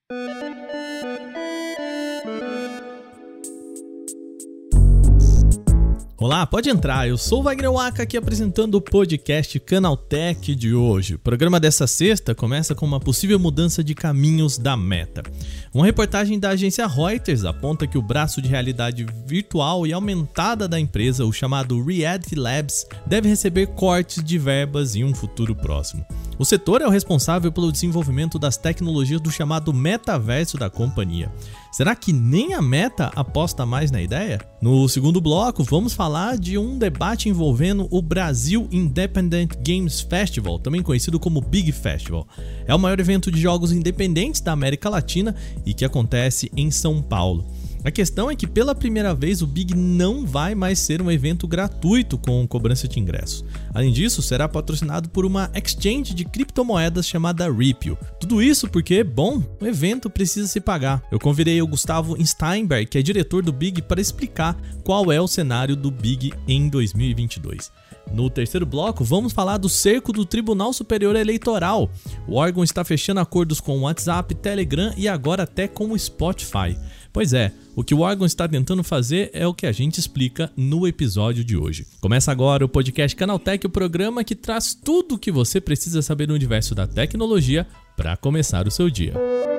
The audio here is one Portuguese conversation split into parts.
Olá, pode entrar, eu sou o Wagner Waka aqui apresentando o podcast Canaltech de hoje. O programa dessa sexta começa com uma possível mudança de caminhos da Meta. Uma reportagem da agência Reuters aponta que o braço de realidade virtual e aumentada da empresa, o chamado Reality Labs, deve receber cortes de verbas em um futuro próximo. O setor é o responsável pelo desenvolvimento das tecnologias do chamado metaverso da companhia. Será que nem a Meta aposta mais na ideia? No segundo bloco, vamos falar de um debate envolvendo o Brasil Independent Games Festival, também conhecido como Big Festival. É o maior evento de jogos independentes da América Latina e que acontece em São Paulo. A questão é que pela primeira vez o Big não vai mais ser um evento gratuito com cobrança de ingresso. Além disso, será patrocinado por uma exchange de criptomoedas chamada Ripple. Tudo isso porque, bom, o evento precisa se pagar. Eu convidei o Gustavo Steinberg, que é diretor do Big, para explicar qual é o cenário do Big em 2022. No terceiro bloco, vamos falar do cerco do Tribunal Superior Eleitoral. O órgão está fechando acordos com o WhatsApp, Telegram e agora até com o Spotify. Pois é, o que o órgão está tentando fazer é o que a gente explica no episódio de hoje. Começa agora o podcast Canaltech, o programa que traz tudo o que você precisa saber no universo da tecnologia para começar o seu dia.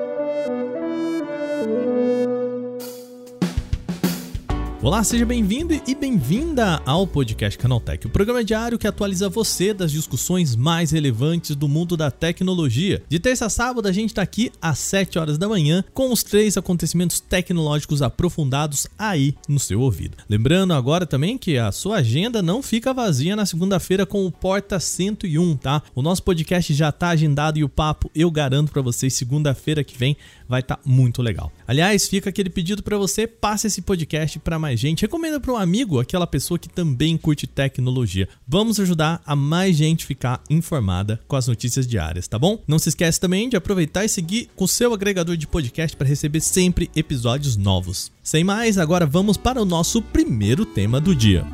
Olá, seja bem-vindo e bem-vinda ao podcast Canaltech, o programa diário que atualiza você das discussões mais relevantes do mundo da tecnologia. De terça a sábado, a gente está aqui às 7 horas da manhã com os 3 acontecimentos tecnológicos aprofundados aí no seu ouvido. Lembrando agora também que a sua agenda não fica vazia na segunda-feira com o Porta 101, tá? O nosso podcast já está agendado e o papo, eu garanto para vocês, segunda-feira que vem vai estar muito legal. Aliás, fica aquele pedido para você, passe esse podcast para mais gente, recomenda para um amigo, aquela pessoa que também curte tecnologia. Vamos ajudar a mais gente ficar informada com as notícias diárias, tá bom? Não se esquece também de aproveitar e seguir com o seu agregador de podcast para receber sempre episódios novos. Sem mais, agora vamos para o nosso primeiro tema do dia.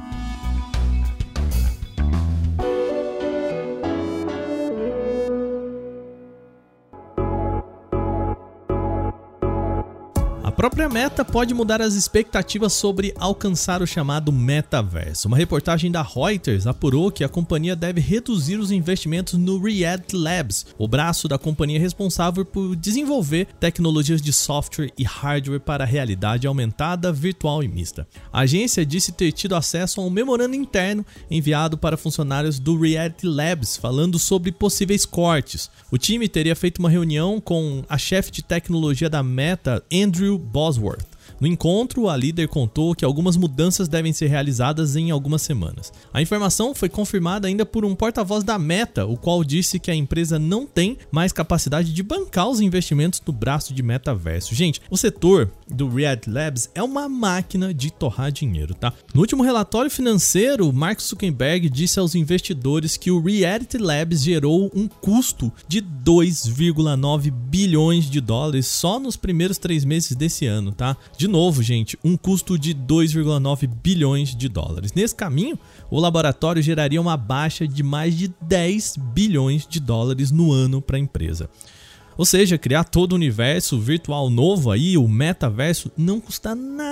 A própria Meta pode mudar as expectativas sobre alcançar o chamado metaverso. Uma reportagem da Reuters apurou que a companhia deve reduzir os investimentos no Reality Labs, o braço da companhia responsável por desenvolver tecnologias de software e hardware para a realidade aumentada, virtual e mista. A agência disse ter tido acesso a um memorando interno enviado para funcionários do Reality Labs, falando sobre possíveis cortes. O time teria feito uma reunião com a chefe de tecnologia da Meta, Andrew Bosworth. No encontro, a líder contou que algumas mudanças devem ser realizadas em algumas semanas. A informação foi confirmada ainda por um porta-voz da Meta, o qual disse que a empresa não tem mais capacidade de bancar os investimentos no braço de metaverso. Gente, o setor do Reality Labs é uma máquina de torrar dinheiro, tá? No último relatório financeiro, Mark Zuckerberg disse aos investidores que o Reality Labs gerou um custo de 2,9 bilhões de dólares só nos primeiros 3 meses desse ano, tá? De novo, gente, um custo de 2,9 bilhões de dólares. Nesse caminho, o laboratório geraria uma baixa de mais de 10 bilhões de dólares no ano para a empresa. Ou seja, criar todo o universo virtual novo aí, o metaverso, não custa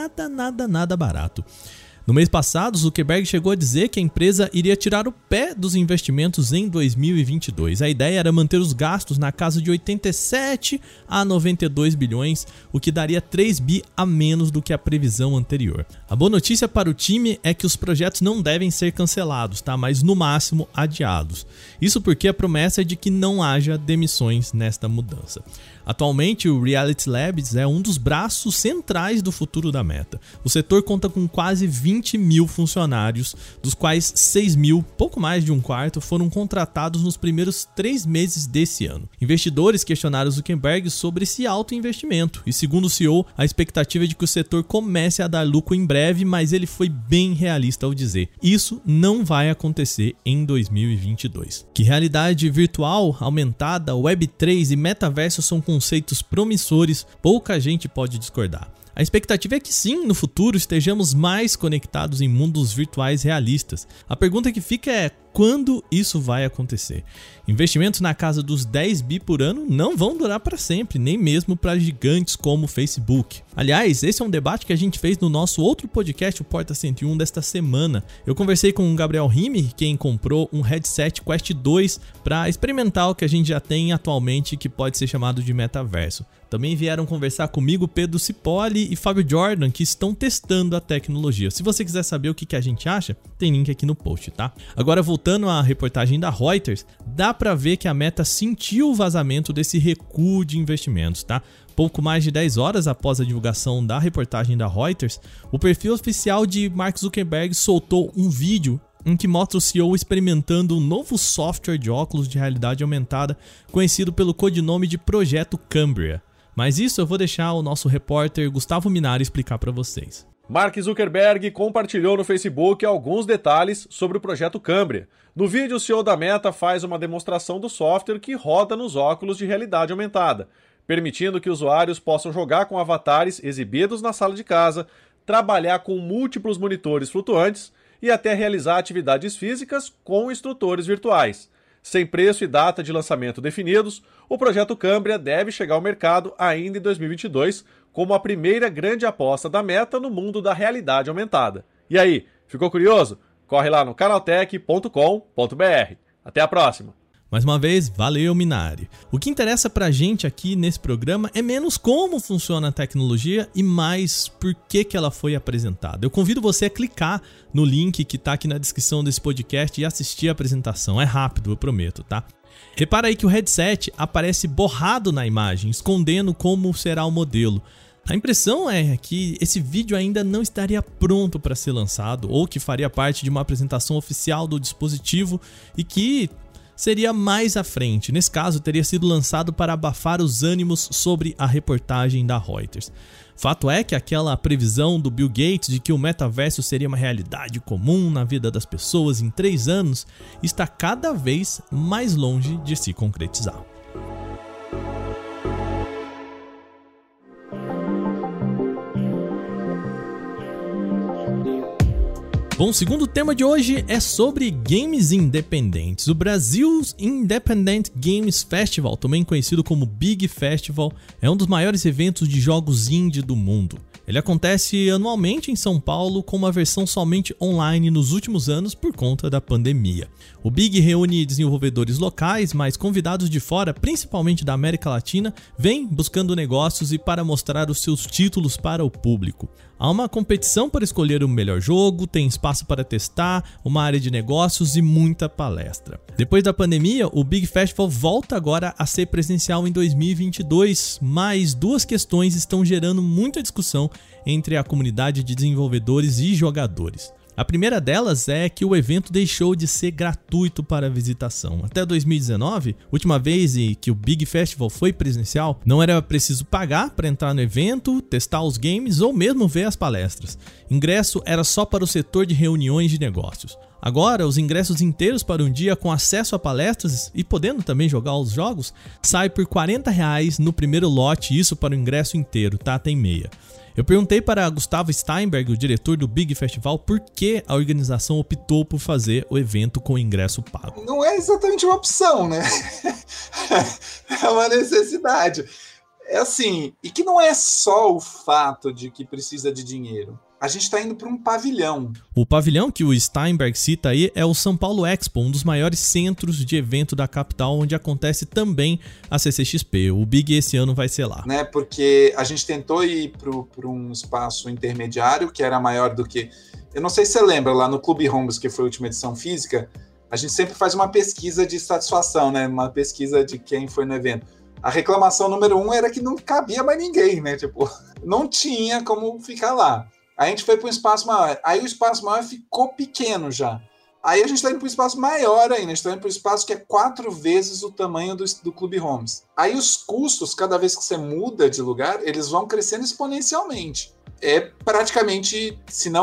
nada barato. No mês passado, Zuckerberg chegou a dizer que a empresa iria tirar o pé dos investimentos em 2022. A ideia era manter os gastos na casa de 87 a 92 bilhões, o que daria 3 bi a menos do que a previsão anterior. A boa notícia para o time é que os projetos não devem ser cancelados, tá? Mas no máximo adiados. Isso porque a promessa é de que não haja demissões nesta mudança. Atualmente, o Reality Labs é um dos braços centrais do futuro da Meta. O setor conta com quase 20 mil funcionários, dos quais 6 mil, pouco mais de um quarto, foram contratados nos primeiros 3 meses desse ano. Investidores questionaram Zuckerberg sobre esse alto investimento e, segundo o CEO, a expectativa é de que o setor comece a dar lucro em breve, mas ele foi bem realista ao dizer: isso não vai acontecer em 2022. Que realidade virtual, aumentada, Web3 e metaverso são conceitos promissores, pouca gente pode discordar. A expectativa é que sim, no futuro estejamos mais conectados em mundos virtuais realistas. A pergunta que fica é: quando isso vai acontecer? Investimentos na casa dos 10 bi por ano não vão durar para sempre, nem mesmo para gigantes como o Facebook. Aliás, esse é um debate que a gente fez no nosso outro podcast, o Porta 101, desta semana. Eu conversei com o Gabriel Rime, quem comprou um headset Quest 2 para experimentar o que a gente já tem atualmente, que pode ser chamado de metaverso. Também vieram conversar comigo Pedro Cipolle e Fábio Jordan, que estão testando a tecnologia. Se você quiser saber o que a gente acha, tem link aqui no post, tá? Agora, voltando à reportagem da Reuters, dá pra ver que a Meta sentiu o vazamento desse recuo de investimentos, tá? Pouco mais de 10 horas após a divulgação da reportagem da Reuters, o perfil oficial de Mark Zuckerberg soltou um vídeo em que mostra o CEO experimentando um novo software de óculos de realidade aumentada, conhecido pelo codinome de Projeto Cambria. Mas isso eu vou deixar o nosso repórter Gustavo Minari explicar para vocês. Mark Zuckerberg compartilhou no Facebook alguns detalhes sobre o Projeto Cambria. No vídeo, o CEO da Meta faz uma demonstração do software que roda nos óculos de realidade aumentada, permitindo que usuários possam jogar com avatares exibidos na sala de casa, trabalhar com múltiplos monitores flutuantes e até realizar atividades físicas com instrutores virtuais. Sem preço e data de lançamento definidos, o Projeto Cambria deve chegar ao mercado ainda em 2022 como a primeira grande aposta da Meta no mundo da realidade aumentada. E aí, ficou curioso? Corre lá no canaltech.com.br. Até a próxima! Mais uma vez, valeu, Minari. O que interessa pra gente aqui nesse programa é menos como funciona a tecnologia e mais por que ela foi apresentada. Eu convido você a clicar no link que tá aqui na descrição desse podcast e assistir a apresentação. É rápido, eu prometo, tá? Repara aí que o headset aparece borrado na imagem, escondendo como será o modelo. A impressão é que esse vídeo ainda não estaria pronto para ser lançado ou que faria parte de uma apresentação oficial do dispositivo e que seria mais à frente. Nesse caso, teria sido lançado para abafar os ânimos sobre a reportagem da Reuters. Fato é que aquela previsão do Bill Gates de que o metaverso seria uma realidade comum na vida das pessoas em 3 anos está cada vez mais longe de se concretizar. Bom, o segundo tema de hoje é sobre games independentes. O Brazil's Independent Games Festival, também conhecido como Big Festival, é um dos maiores eventos de jogos indie do mundo. Ele acontece anualmente em São Paulo com uma versão somente online nos últimos anos por conta da pandemia. O Big reúne desenvolvedores locais, mas convidados de fora, principalmente da América Latina, vêm buscando negócios e para mostrar os seus títulos para o público. Há uma competição para escolher o melhor jogo, tem espaço para testar, uma área de negócios e muita palestra. Depois da pandemia, o Big Festival volta agora a ser presencial em 2022, mas 2 questões estão gerando muita discussão entre a comunidade de desenvolvedores e jogadores. A primeira delas é que o evento deixou de ser gratuito para visitação. Até 2019, última vez que o Big Festival foi presencial, não era preciso pagar para entrar no evento, testar os games ou mesmo ver as palestras. Ingresso era só para o setor de reuniões de negócios. Agora, os ingressos inteiros para um dia com acesso a palestras e podendo também jogar os jogos, sai por R$40 no primeiro lote, isso para o ingresso inteiro, tá? Tem meia. Eu perguntei para Gustavo Steinberg, o diretor do Big Festival, por que a organização optou por fazer o evento com ingresso pago. Não é exatamente uma opção, né? É uma necessidade. É assim, e que não é só o fato de que precisa de dinheiro. A gente está indo para um pavilhão. O pavilhão que o Steinberg cita aí é o São Paulo Expo, um dos maiores centros de evento da capital, onde acontece também a CCXP. O Big esse ano vai ser lá. Né, porque a gente tentou ir para um espaço intermediário, que era maior do que... Eu não sei se você lembra, lá no Clube Homes, que foi a última edição física, a gente sempre faz uma pesquisa de satisfação, né? Uma pesquisa de quem foi no evento. A reclamação número 1 era que não cabia mais ninguém, né? Tipo, não tinha como ficar lá. Aí a gente foi para um espaço maior. Aí o espaço maior ficou pequeno já. Aí a gente está indo para um espaço maior ainda. A gente está indo para um espaço que é 4 vezes o tamanho do Clube Homes. Aí os custos, cada vez que você muda de lugar, eles vão crescendo exponencialmente. É praticamente, se não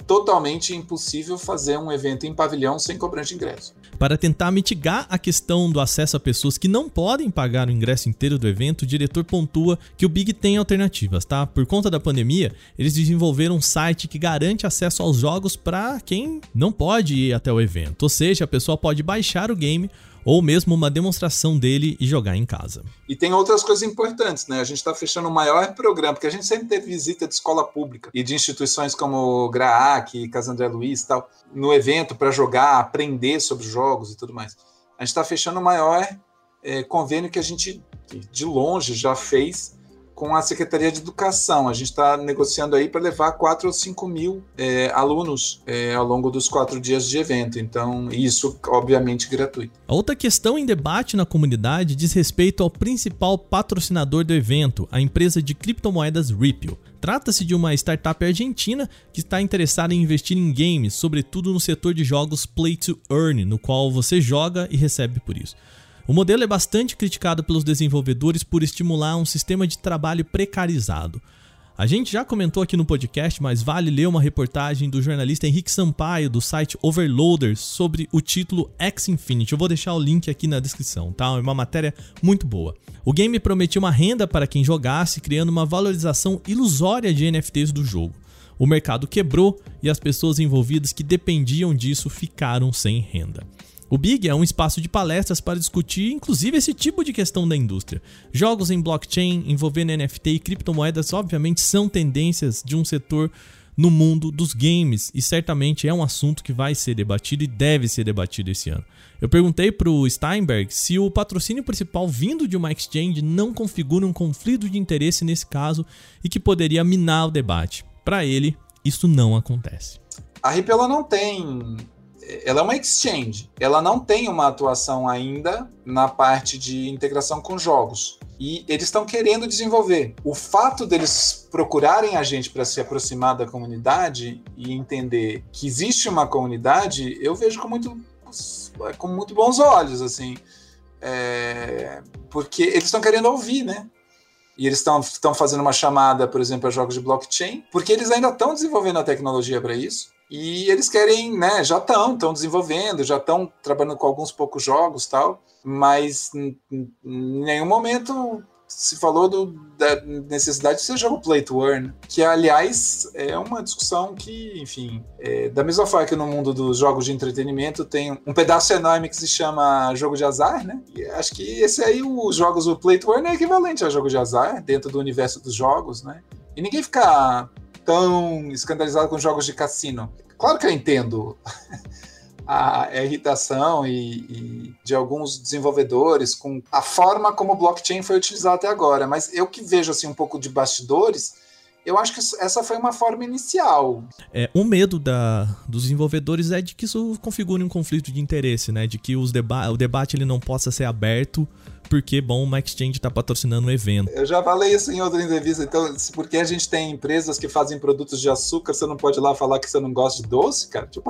totalmente impossível fazer um evento em pavilhão sem cobrança de ingresso. Para tentar mitigar a questão do acesso a pessoas que não podem pagar o ingresso inteiro do evento, o diretor pontua que o Big tem alternativas, tá? Por conta da pandemia, eles desenvolveram um site que garante acesso aos jogos para quem não pode ir até o evento. Ou seja, a pessoa pode baixar o game ou mesmo uma demonstração dele e jogar em casa. E tem outras coisas importantes, né? A gente está fechando o maior programa, porque a gente sempre teve visita de escola pública e de instituições como GRAAC, Casa André Luiz e tal, no evento para jogar, aprender sobre jogos e tudo mais. A gente está fechando o maior convênio que a gente, de longe, já fez com a Secretaria de Educação. A gente está negociando aí para levar 4 ou 5 mil alunos ao longo dos 4 dias de evento. Então, isso, obviamente, gratuito. A outra questão em debate na comunidade diz respeito ao principal patrocinador do evento, a empresa de criptomoedas Ripple. Trata-se de uma startup argentina que está interessada em investir em games, sobretudo no setor de jogos Play to Earn, no qual você joga e recebe por isso. O modelo é bastante criticado pelos desenvolvedores por estimular um sistema de trabalho precarizado. A gente já comentou aqui no podcast, mas vale ler uma reportagem do jornalista Henrique Sampaio, do site Overloader, sobre o título Axie Infinity. Eu vou deixar o link aqui na descrição, tá? É uma matéria muito boa. O game prometia uma renda para quem jogasse, criando uma valorização ilusória de NFTs do jogo. O mercado quebrou e as pessoas envolvidas que dependiam disso ficaram sem renda. O Big é um espaço de palestras para discutir, inclusive, esse tipo de questão da indústria. Jogos em blockchain envolvendo NFT e criptomoedas, obviamente, são tendências de um setor no mundo dos games e certamente é um assunto que vai ser debatido e deve ser debatido esse ano. Eu perguntei para o Steinberg se o patrocínio principal vindo de uma exchange não configura um conflito de interesse nesse caso e que poderia minar o debate. Para ele, isso não acontece. A Ripple ela é uma exchange, ela não tem uma atuação ainda na parte de integração com jogos. E eles estão querendo desenvolver. O fato deles procurarem a gente para se aproximar da comunidade e entender que existe uma comunidade, eu vejo com muito bons olhos, assim. Porque eles estão querendo ouvir, né? E eles estão fazendo uma chamada, por exemplo, a jogos de blockchain, porque eles ainda estão desenvolvendo a tecnologia para isso. E eles querem, né, já estão desenvolvendo, já estão trabalhando com alguns poucos jogos e tal, mas em nenhum momento se falou da necessidade de ser jogo Play to Earn, que, aliás, é uma discussão que, enfim, da mesma forma que no mundo dos jogos de entretenimento tem um pedaço enorme que se chama jogo de azar, né? E acho que esse aí, os jogos do Play to Earn é equivalente a jogo de azar dentro do universo dos jogos, né? E ninguém fica tão escandalizado com jogos de cassino. Claro que eu entendo a irritação e de alguns desenvolvedores com a forma como o blockchain foi utilizado até agora, mas eu que vejo assim um pouco de bastidores, eu acho que essa foi uma forma inicial. O medo dos desenvolvedores é de que isso configure um conflito de interesse, né? De que o debate ele não possa ser aberto porque, bom, uma exchange está patrocinando um evento. Eu já falei isso em outra entrevista, então, porque a gente tem empresas que fazem produtos de açúcar, você não pode ir lá falar que você não gosta de doce, cara? Tipo,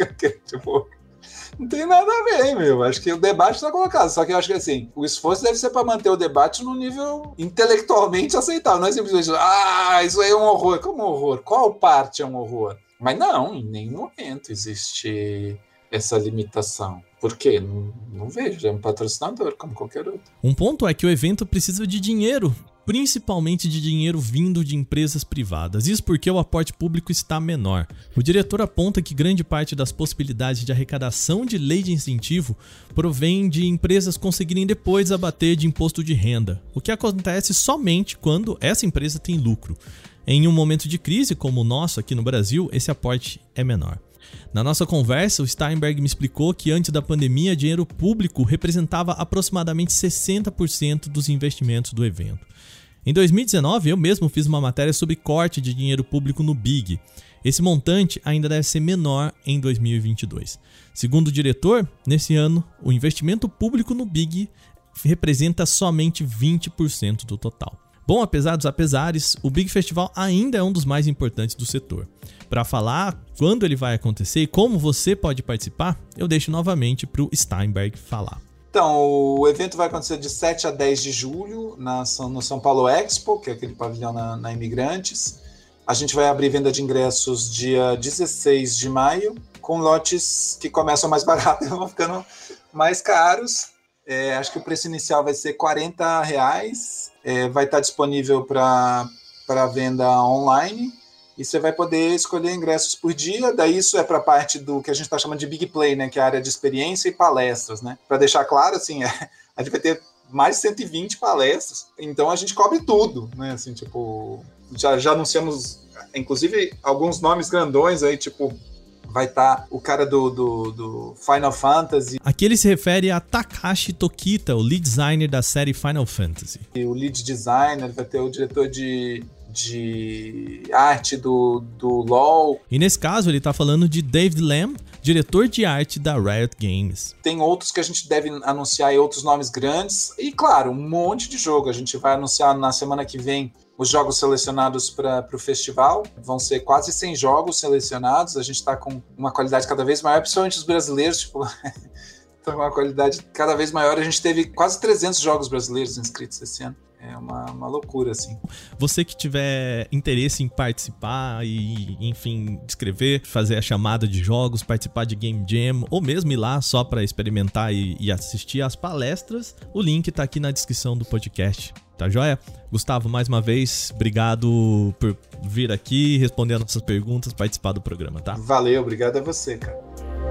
não tem nada a ver, meu. Acho que o debate está colocado, só que eu acho que, assim, o esforço deve ser para manter o debate no nível intelectualmente aceitável, não é simplesmente, isso aí é um horror. Como um horror? Qual parte é um horror? Mas não, em nenhum momento existe essa limitação. Por quê? Não vejo, é um patrocinador como qualquer outro. Um ponto é que o evento precisa de dinheiro, principalmente de dinheiro vindo de empresas privadas. Isso porque o aporte público está menor. O diretor aponta que grande parte das possibilidades de arrecadação de lei de incentivo provém de empresas conseguirem depois abater de imposto de renda, o que acontece somente quando essa empresa tem lucro. Em um momento de crise como o nosso aqui no Brasil, esse aporte é menor. Na nossa conversa, o Steinberg me explicou que antes da pandemia, dinheiro público representava aproximadamente 60% dos investimentos do evento. Em 2019, eu mesmo fiz uma matéria sobre corte de dinheiro público no Big. Esse montante ainda deve ser menor em 2022. Segundo o diretor, nesse ano, o investimento público no Big representa somente 20% do total. Bom, apesar dos apesares, o Big Festival ainda é um dos mais importantes do setor. Para falar quando ele vai acontecer e como você pode participar, eu deixo novamente para o Steinberg falar. Então, o evento vai acontecer de 7 a 10 de julho no São Paulo Expo, que é aquele pavilhão na Imigrantes. A gente vai abrir venda de ingressos dia 16 de maio, com lotes que começam mais baratos e vão ficando mais caros. Acho que o preço inicial vai ser R$40. Vai estar disponível para venda online. E você vai poder escolher ingressos por dia. Daí isso é para a parte do que a gente está chamando de Big Play, né? Que é a área de experiência e palestras, né? Para deixar claro, assim, a gente vai ter mais de 120 palestras. Então a gente cobre tudo, né? Assim, tipo, já anunciamos, inclusive, alguns nomes grandões aí, tipo, vai estar o cara do Final Fantasy. Aqui ele se refere a Takashi Tokita, o lead designer da série Final Fantasy. E o lead designer, vai ter o diretor de arte do LoL. E nesse caso ele tá falando de David Lam, diretor de arte da Riot Games. Tem outros que a gente deve anunciar e outros nomes grandes. E claro, um monte de jogo. A gente vai anunciar na semana que vem os jogos selecionados para o festival. Vão ser quase 100 jogos selecionados. A gente está com uma qualidade cada vez maior, principalmente os brasileiros, tipo, então uma qualidade cada vez maior. A gente teve quase 300 jogos brasileiros inscritos esse ano. É uma loucura, assim. Você que tiver interesse em participar e, enfim, escrever, fazer a chamada de jogos, participar de Game Jam, ou mesmo ir lá só para experimentar e assistir às palestras, o link tá aqui na descrição do podcast. Tá joia? Gustavo, mais uma vez, obrigado por vir aqui, responder as nossas perguntas, participar do programa, tá? Valeu, obrigado a você, cara.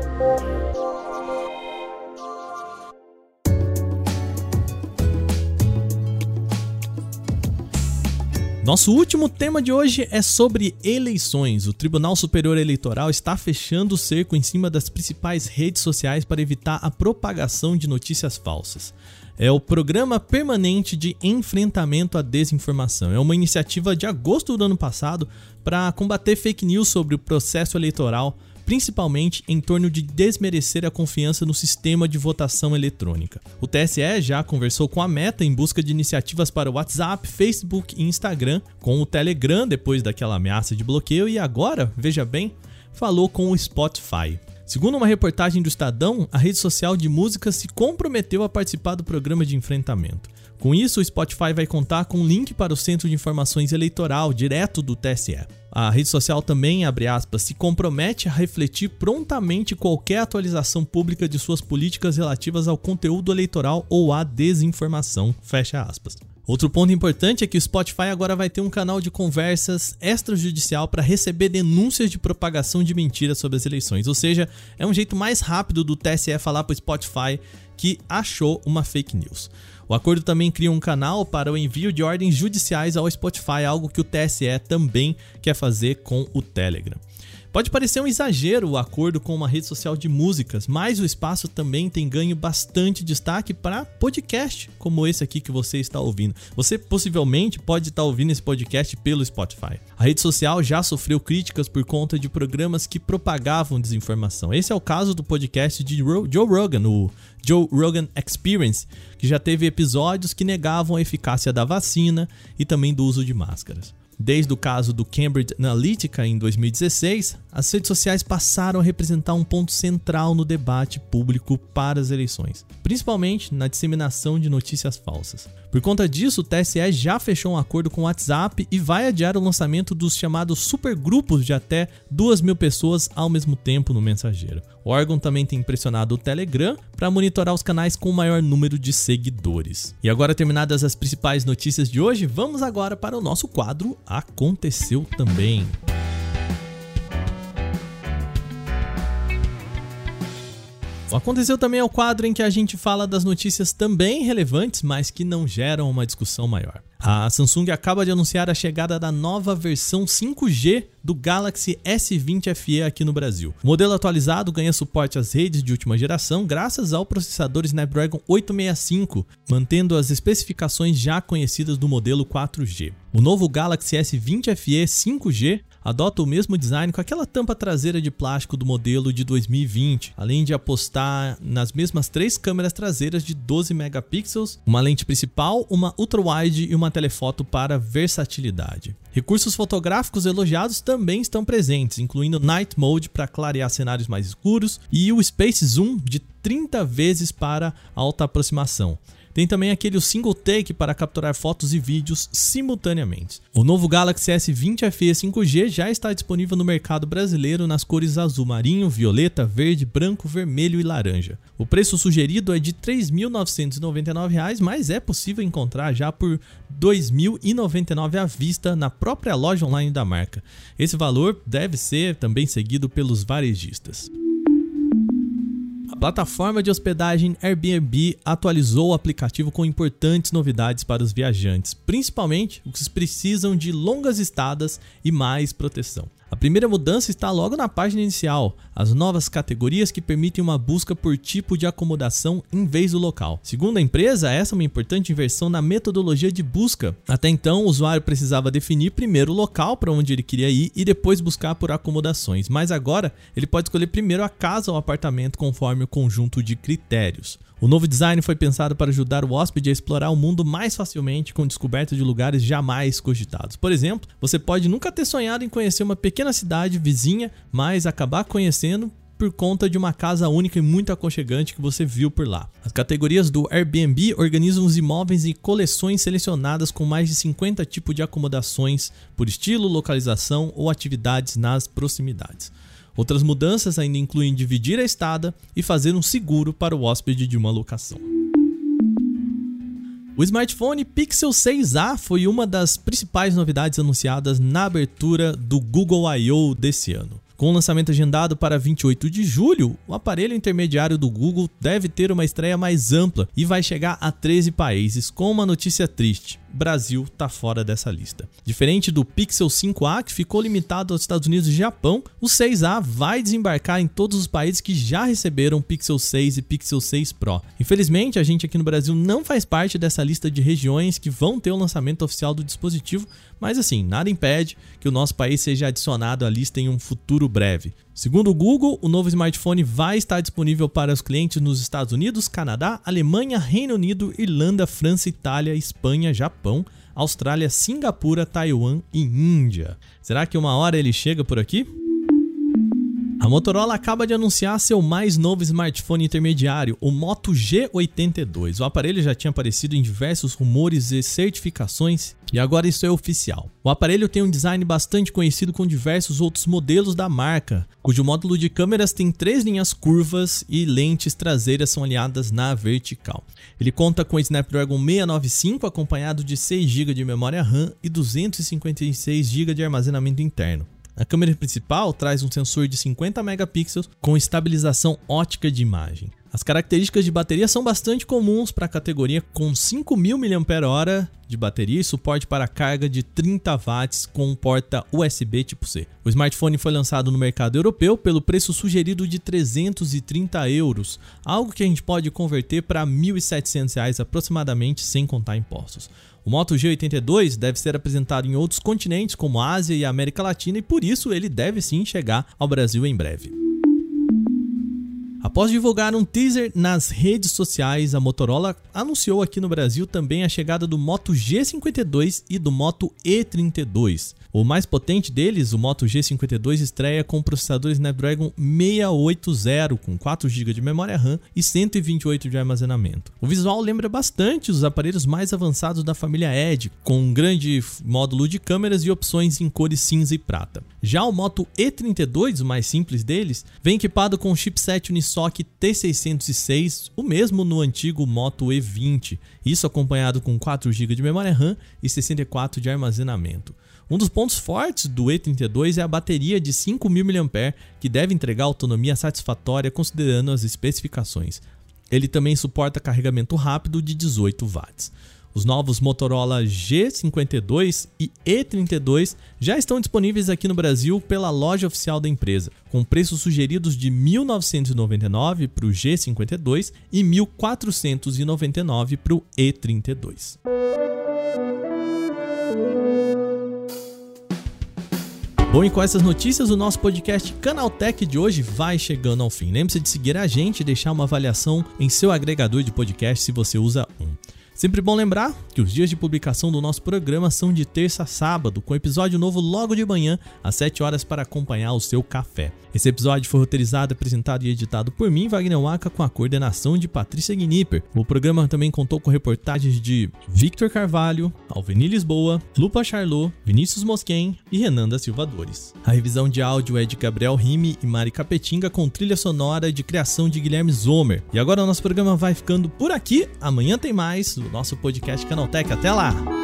Nosso último tema de hoje é sobre eleições. O Tribunal Superior Eleitoral está fechando o cerco em cima das principais redes sociais para evitar a propagação de notícias falsas. É o Programa Permanente de Enfrentamento à Desinformação. É uma iniciativa de agosto do ano passado para combater fake news sobre o processo eleitoral, principalmente em torno de desmerecer a confiança no sistema de votação eletrônica. O TSE já conversou com a Meta em busca de iniciativas para o WhatsApp, Facebook e Instagram, com o Telegram depois daquela ameaça de bloqueio e agora, veja bem, falou com o Spotify. Segundo uma reportagem do Estadão, a rede social de música se comprometeu a participar do programa de enfrentamento. Com isso, o Spotify vai contar com um link para o Centro de Informações Eleitoral, direto do TSE. A rede social também, abre aspas, se compromete a refletir prontamente qualquer atualização pública de suas políticas relativas ao conteúdo eleitoral ou à desinformação, fecha aspas. Outro ponto importante é que o Spotify agora vai ter um canal de conversas extrajudicial para receber denúncias de propagação de mentiras sobre as eleições. Ou seja, é um jeito mais rápido do TSE falar para o Spotify que achou uma fake news. O acordo também cria um canal para o envio de ordens judiciais ao Spotify, algo que o TSE também quer fazer com o Telegram. Pode parecer um exagero o acordo com uma rede social de músicas, mas o espaço também tem ganho bastante destaque para podcast, como esse aqui que você está ouvindo. Você possivelmente pode estar ouvindo esse podcast pelo Spotify. A rede social já sofreu críticas por conta de programas que propagavam desinformação. Esse é o caso do podcast de Joe Rogan, o Joe Rogan Experience, que já teve episódios que negavam a eficácia da vacina e também do uso de máscaras. Desde o caso do Cambridge Analytica em 2016, as redes sociais passaram a representar um ponto central no debate público para as eleições, principalmente na disseminação de notícias falsas. Por conta disso, o TSE já fechou um acordo com o WhatsApp e vai adiar o lançamento dos chamados supergrupos de até 2.000 pessoas ao mesmo tempo no mensageiro. O órgão também tem pressionado o Telegram para monitorar os canais com o maior número de seguidores. E agora, terminadas as principais notícias de hoje, vamos agora para o nosso quadro Aconteceu Também. O Aconteceu Também é o quadro em que a gente fala das notícias também relevantes, mas que não geram uma discussão maior. A Samsung acaba de anunciar a chegada da nova versão 5G do Galaxy S20 FE aqui no Brasil. O modelo atualizado ganha suporte às redes de última geração graças ao processador Snapdragon 865, mantendo as especificações já conhecidas do modelo 4G. O novo Galaxy S20 FE 5G adota o mesmo design com aquela tampa traseira de plástico do modelo de 2020, além de apostar nas mesmas 3 câmeras traseiras de 12 megapixels, uma lente principal, uma ultra-wide e uma telefoto para versatilidade. Recursos fotográficos elogiados também estão presentes, incluindo Night Mode para clarear cenários mais escuros e o Space Zoom de 30 vezes para alta aproximação. Tem também aquele single take para capturar fotos e vídeos simultaneamente. O novo Galaxy S20 FE 5G já está disponível no mercado brasileiro nas cores azul marinho, violeta, verde, branco, vermelho e laranja. O preço sugerido é de R$ 3.999, mas é possível encontrar já por R$ 2.099 à vista na própria loja online da marca. Esse valor deve ser também seguido pelos varejistas. A plataforma de hospedagem Airbnb atualizou o aplicativo com importantes novidades para os viajantes, principalmente os que precisam de longas estadas e mais proteção. A primeira mudança está logo na página inicial, as novas categorias que permitem uma busca por tipo de acomodação em vez do local. Segundo a empresa, essa é uma importante inversão na metodologia de busca. Até então, o usuário precisava definir primeiro o local para onde ele queria ir e depois buscar por acomodações, mas agora ele pode escolher primeiro a casa ou apartamento conforme o conjunto de critérios. O novo design foi pensado para ajudar o hóspede a explorar o mundo mais facilmente com descoberta de lugares jamais cogitados. Por exemplo, você pode nunca ter sonhado em conhecer uma pequena cidade vizinha, mas acabar conhecendo por conta de uma casa única e muito aconchegante que você viu por lá. As categorias do Airbnb organizam os imóveis em coleções selecionadas com mais de 50 tipos de acomodações por estilo, localização ou atividades nas proximidades. Outras mudanças ainda incluem dividir a estada e fazer um seguro para o hóspede de uma locação. O smartphone Pixel 6a foi uma das principais novidades anunciadas na abertura do Google I/O desse ano. Com o lançamento agendado para 28 de julho, o aparelho intermediário do Google deve ter uma estreia mais ampla e vai chegar a 13 países, com uma notícia triste: Brasil está fora dessa lista. Diferente do Pixel 5a, que ficou limitado aos Estados Unidos e Japão, o 6a vai desembarcar em todos os países que já receberam Pixel 6 e Pixel 6 Pro. Infelizmente, a gente aqui no Brasil não faz parte dessa lista de regiões que vão ter o lançamento oficial do dispositivo, mas assim, nada impede que o nosso país seja adicionado à lista em um futuro breve. Segundo o Google, o novo smartphone vai estar disponível para os clientes nos Estados Unidos, Canadá, Alemanha, Reino Unido, Irlanda, França, Itália, Espanha, Japão, Austrália, Singapura, Taiwan e Índia. Será que uma hora ele chega por aqui? A Motorola acaba de anunciar seu mais novo smartphone intermediário, o Moto G82. O aparelho já tinha aparecido em diversos rumores e certificações e agora isso é oficial. O aparelho tem um design bastante conhecido com diversos outros modelos da marca, cujo módulo de câmeras tem 3 linhas curvas e lentes traseiras são alinhadas na vertical. Ele conta com o Snapdragon 695 acompanhado de 6 GB de memória RAM e 256 GB de armazenamento interno. A câmera principal traz um sensor de 50 megapixels com estabilização ótica de imagem. As características de bateria são bastante comuns para a categoria, com 5.000 mAh de bateria e suporte para carga de 30 watts com porta USB tipo C. O smartphone foi lançado no mercado europeu pelo preço sugerido de €330, algo que a gente pode converter para R$ 1.700 aproximadamente, sem contar impostos. O Moto G82 deve ser apresentado em outros continentes como Ásia e América Latina e por isso ele deve sim chegar ao Brasil em breve. Após divulgar um teaser nas redes sociais, a Motorola anunciou aqui no Brasil também a chegada do Moto G52 e do Moto E32. O mais potente deles, o Moto G52, estreia com o processador Snapdragon 680 com 4 GB de memória RAM e 128 de armazenamento. O visual lembra bastante os aparelhos mais avançados da família Edge, com um grande módulo de câmeras e opções em cores cinza e prata. Já o Moto E32, o mais simples deles, vem equipado com o chipset Unisoc T606, o mesmo no antigo Moto E20, isso acompanhado com 4 GB de memória RAM e 64 de armazenamento. Um dos pontos fortes do E32 é a bateria de 5.000 mAh, que deve entregar autonomia satisfatória considerando as especificações. Ele também suporta carregamento rápido de 18 watts. Os novos Motorola G52 e E32 já estão disponíveis aqui no Brasil pela loja oficial da empresa, com preços sugeridos de R$ 1.999 para o G52 e R$ 1.499 para o E32. Bom, e com essas notícias, o nosso podcast Canaltech de hoje vai chegando ao fim. Lembre-se de seguir a gente e deixar uma avaliação em seu agregador de podcast se você usa um. Sempre bom lembrar que os dias de publicação do nosso programa são de terça a sábado, com episódio novo logo de manhã, às 7 horas, para acompanhar o seu café. Esse episódio foi roteirizado, apresentado e editado por mim, Wagner Waka, com a coordenação de Patrícia Gnipper. O programa também contou com reportagens de Victor Carvalho, Alveni Lisboa, Lupa Charlot, Vinícius Mosquen e Renan da Silva Dores. A revisão de áudio é de Gabriel Rime e Mari Capetinga, com trilha sonora de criação de Guilherme Zomer. E agora o nosso programa vai ficando por aqui. Amanhã tem mais, o nosso podcast Canaltech. Até lá!